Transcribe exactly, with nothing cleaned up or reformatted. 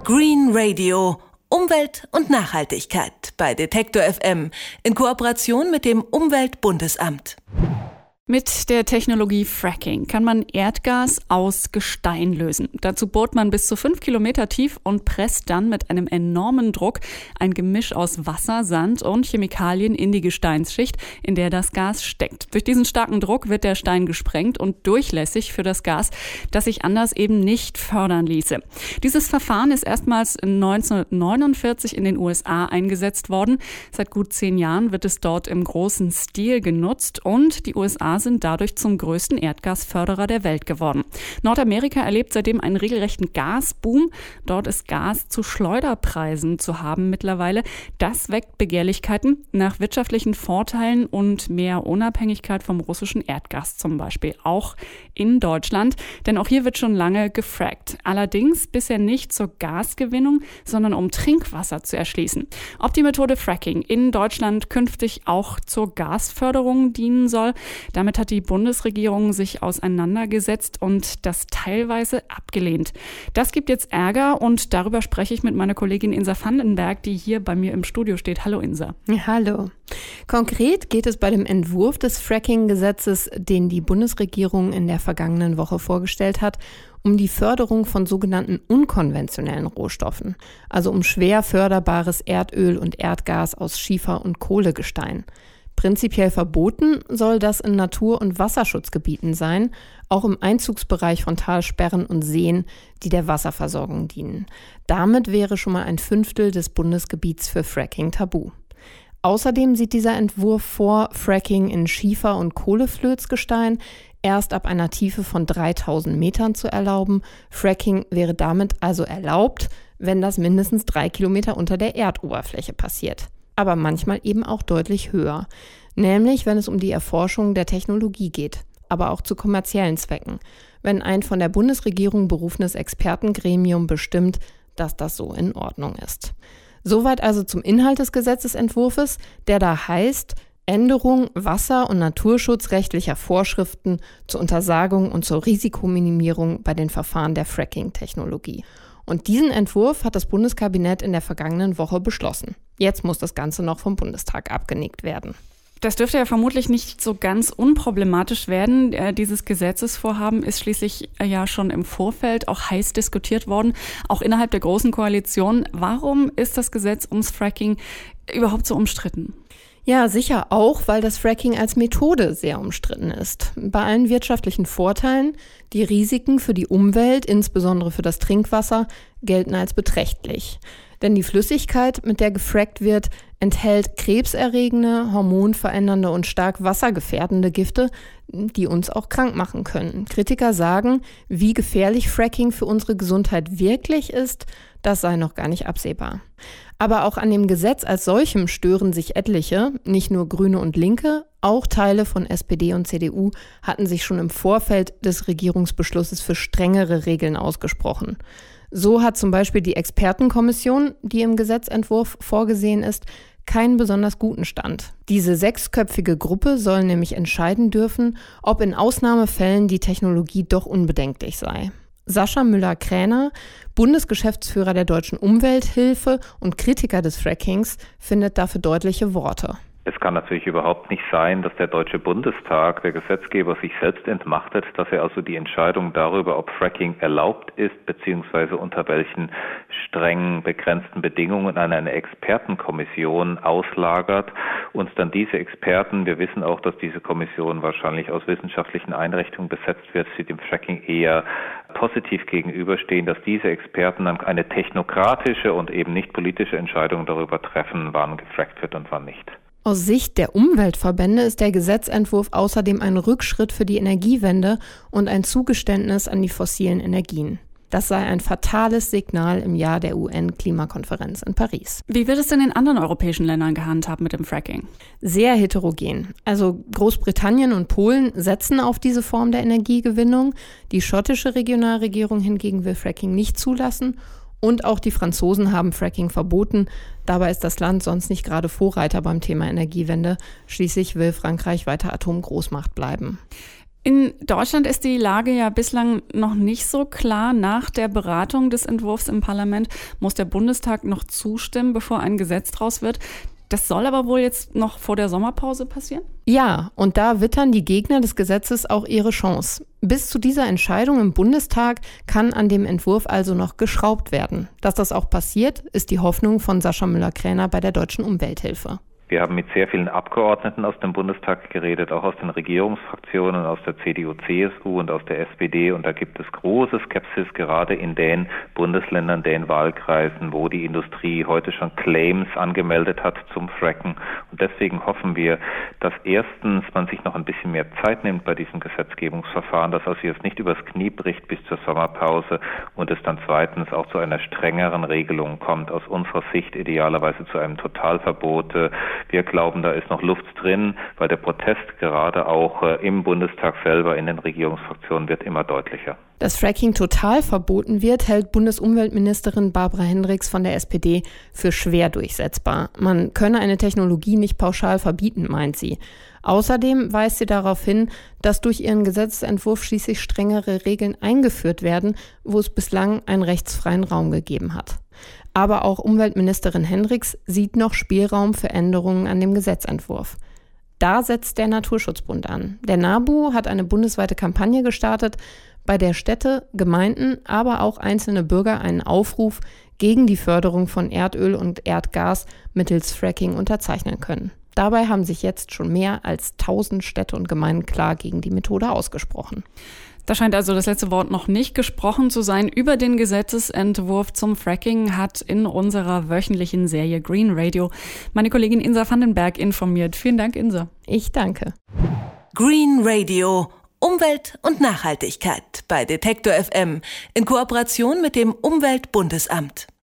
Green Radio. Umwelt und Nachhaltigkeit bei Detektor F M in Kooperation mit dem Umweltbundesamt. Mit der Technologie Fracking kann man Erdgas aus Gestein lösen. Dazu bohrt man bis zu fünf Kilometer tief und presst dann mit einem enormen Druck ein Gemisch aus Wasser, Sand und Chemikalien in die Gesteinsschicht, in der das Gas steckt. Durch diesen starken Druck wird der Stein gesprengt und durchlässig für das Gas, das sich anders eben nicht fördern ließe. Dieses Verfahren ist erstmals neunzehnhundertneunundvierzig in den U S A eingesetzt worden. Seit gut zehn Jahren wird es dort im großen Stil genutzt und die U S A sind dadurch zum größten Erdgasförderer der Welt geworden. Nordamerika erlebt seitdem einen regelrechten Gasboom. Dort ist Gas zu Schleuderpreisen zu haben mittlerweile. Das weckt Begehrlichkeiten nach wirtschaftlichen Vorteilen und mehr Unabhängigkeit vom russischen Erdgas zum Beispiel. Auch in Deutschland, denn auch hier wird schon lange gefrackt. Allerdings bisher nicht zur Gasgewinnung, sondern um Trinkwasser zu erschließen. Ob die Methode Fracking in Deutschland künftig auch zur Gasförderung dienen soll, damit hat die Bundesregierung sich auseinandergesetzt und das teilweise abgelehnt. Das gibt jetzt Ärger und darüber spreche ich mit meiner Kollegin Insa Vandenberg, die hier bei mir im Studio steht. Hallo Insa. Ja, hallo. Konkret geht es bei dem Entwurf des Fracking-Gesetzes, den die Bundesregierung in der vergangenen Woche vorgestellt hat, um die Förderung von sogenannten unkonventionellen Rohstoffen, also um schwer förderbares Erdöl und Erdgas aus Schiefer- und Kohlegestein. Prinzipiell verboten soll das in Natur- und Wasserschutzgebieten sein, auch im Einzugsbereich von Talsperren und Seen, die der Wasserversorgung dienen. Damit wäre schon mal ein Fünftel des Bundesgebiets für Fracking tabu. Außerdem sieht dieser Entwurf vor, Fracking in Schiefer- und Kohleflötsgestein erst ab einer Tiefe von dreitausend Metern zu erlauben. Fracking wäre damit also erlaubt, wenn das mindestens drei Kilometer unter der Erdoberfläche passiert. Aber manchmal eben auch deutlich höher, nämlich wenn es um die Erforschung der Technologie geht, aber auch zu kommerziellen Zwecken, wenn ein von der Bundesregierung berufenes Expertengremium bestimmt, dass das so in Ordnung ist. Soweit also zum Inhalt des Gesetzesentwurfs, der da heißt: Änderung wasser- und naturschutzrechtlicher Vorschriften zur Untersagung und zur Risikominimierung bei den Verfahren der Fracking-Technologie. Und diesen Entwurf hat das Bundeskabinett in der vergangenen Woche beschlossen. Jetzt muss das Ganze noch vom Bundestag abgenickt werden. Das dürfte ja vermutlich nicht so ganz unproblematisch werden. Äh, dieses Gesetzesvorhaben ist schließlich äh, ja schon im Vorfeld auch heiß diskutiert worden, auch innerhalb der Großen Koalition. Warum ist das Gesetz ums Fracking überhaupt so umstritten? Ja, sicher auch, weil das Fracking als Methode sehr umstritten ist. Bei allen wirtschaftlichen Vorteilen, die Risiken für die Umwelt, insbesondere für das Trinkwasser, gelten als beträchtlich. Denn die Flüssigkeit, mit der gefrackt wird, enthält krebserregende, hormonverändernde und stark wassergefährdende Gifte, die uns auch krank machen können. Kritiker sagen, wie gefährlich Fracking für unsere Gesundheit wirklich ist, das sei noch gar nicht absehbar. Aber auch an dem Gesetz als solchem stören sich etliche, nicht nur Grüne und Linke, auch Teile von S P D und C D U hatten sich schon im Vorfeld des Regierungsbeschlusses für strengere Regeln ausgesprochen. So hat zum Beispiel die Expertenkommission, die im Gesetzentwurf vorgesehen ist, keinen besonders guten Stand. Diese sechsköpfige Gruppe soll nämlich entscheiden dürfen, ob in Ausnahmefällen die Technologie doch unbedenklich sei. Sascha Müller-Kräner, Bundesgeschäftsführer der Deutschen Umwelthilfe und Kritiker des Frackings, findet dafür deutliche Worte. Es kann natürlich überhaupt nicht sein, dass der Deutsche Bundestag, der Gesetzgeber, sich selbst entmachtet, dass er also die Entscheidung darüber, ob Fracking erlaubt ist, beziehungsweise unter welchen streng begrenzten Bedingungen an eine Expertenkommission auslagert und dann diese Experten, wir wissen auch, dass diese Kommission wahrscheinlich aus wissenschaftlichen Einrichtungen besetzt wird, die dem Fracking eher positiv gegenüberstehen, dass diese Experten dann eine technokratische und eben nicht politische Entscheidung darüber treffen, wann gefrackt wird und wann nicht. Aus Sicht der Umweltverbände ist der Gesetzentwurf außerdem ein Rückschritt für die Energiewende und ein Zugeständnis an die fossilen Energien. Das sei ein fatales Signal im Jahr der U N-Klimakonferenz in Paris. Wie wird es denn in anderen europäischen Ländern gehandhabt mit dem Fracking? Sehr heterogen. Also Großbritannien und Polen setzen auf diese Form der Energiegewinnung. Die schottische Regionalregierung hingegen will Fracking nicht zulassen. Und auch die Franzosen haben Fracking verboten. Dabei ist das Land sonst nicht gerade Vorreiter beim Thema Energiewende. Schließlich will Frankreich weiter Atomgroßmacht bleiben. In Deutschland ist die Lage ja bislang noch nicht so klar. Nach der Beratung des Entwurfs im Parlament muss der Bundestag noch zustimmen, bevor ein Gesetz draus wird. Das soll aber wohl jetzt noch vor der Sommerpause passieren? Ja, und da wittern die Gegner des Gesetzes auch ihre Chance. Bis zu dieser Entscheidung im Bundestag kann an dem Entwurf also noch geschraubt werden. Dass das auch passiert, ist die Hoffnung von Sascha Müller-Kräner bei der Deutschen Umwelthilfe. Wir haben mit sehr vielen Abgeordneten aus dem Bundestag geredet, auch aus den Regierungsfraktionen, aus der C D U, C S U und aus der S P D. Und da gibt es große Skepsis, gerade in den Bundesländern, den Wahlkreisen, wo die Industrie heute schon Claims angemeldet hat zum Fracken. Und deswegen hoffen wir, dass erstens man sich noch ein bisschen mehr Zeit nimmt bei diesem Gesetzgebungsverfahren, dass also jetzt nicht übers Knie bricht bis zur Sommerpause und es dann zweitens auch zu einer strengeren Regelung kommt, aus unserer Sicht idealerweise zu einem Totalverbot. Wir glauben, da ist noch Luft drin, weil der Protest gerade auch im Bundestag selber, in den Regierungsfraktionen, wird immer deutlicher. Dass Fracking total verboten wird, hält Bundesumweltministerin Barbara Hendricks von der S P D für schwer durchsetzbar. Man könne eine Technologie nicht pauschal verbieten, meint sie. Außerdem weist sie darauf hin, dass durch ihren Gesetzentwurf schließlich strengere Regeln eingeführt werden, wo es bislang einen rechtsfreien Raum gegeben hat. Aber auch Umweltministerin Hendricks sieht noch Spielraum für Änderungen an dem Gesetzentwurf. Da setzt der Naturschutzbund an. Der NABU hat eine bundesweite Kampagne gestartet, bei der Städte, Gemeinden, aber auch einzelne Bürger einen Aufruf gegen die Förderung von Erdöl und Erdgas mittels Fracking unterzeichnen können. Dabei haben sich jetzt schon mehr als tausend Städte und Gemeinden klar gegen die Methode ausgesprochen. Da scheint also das letzte Wort noch nicht gesprochen zu sein. Über den Gesetzesentwurf zum Fracking hat in unserer wöchentlichen Serie Green Radio meine Kollegin Insa Vandenberg informiert. Vielen Dank, Insa. Ich danke. Green Radio. Umwelt und Nachhaltigkeit bei Detektor F M in Kooperation mit dem Umweltbundesamt.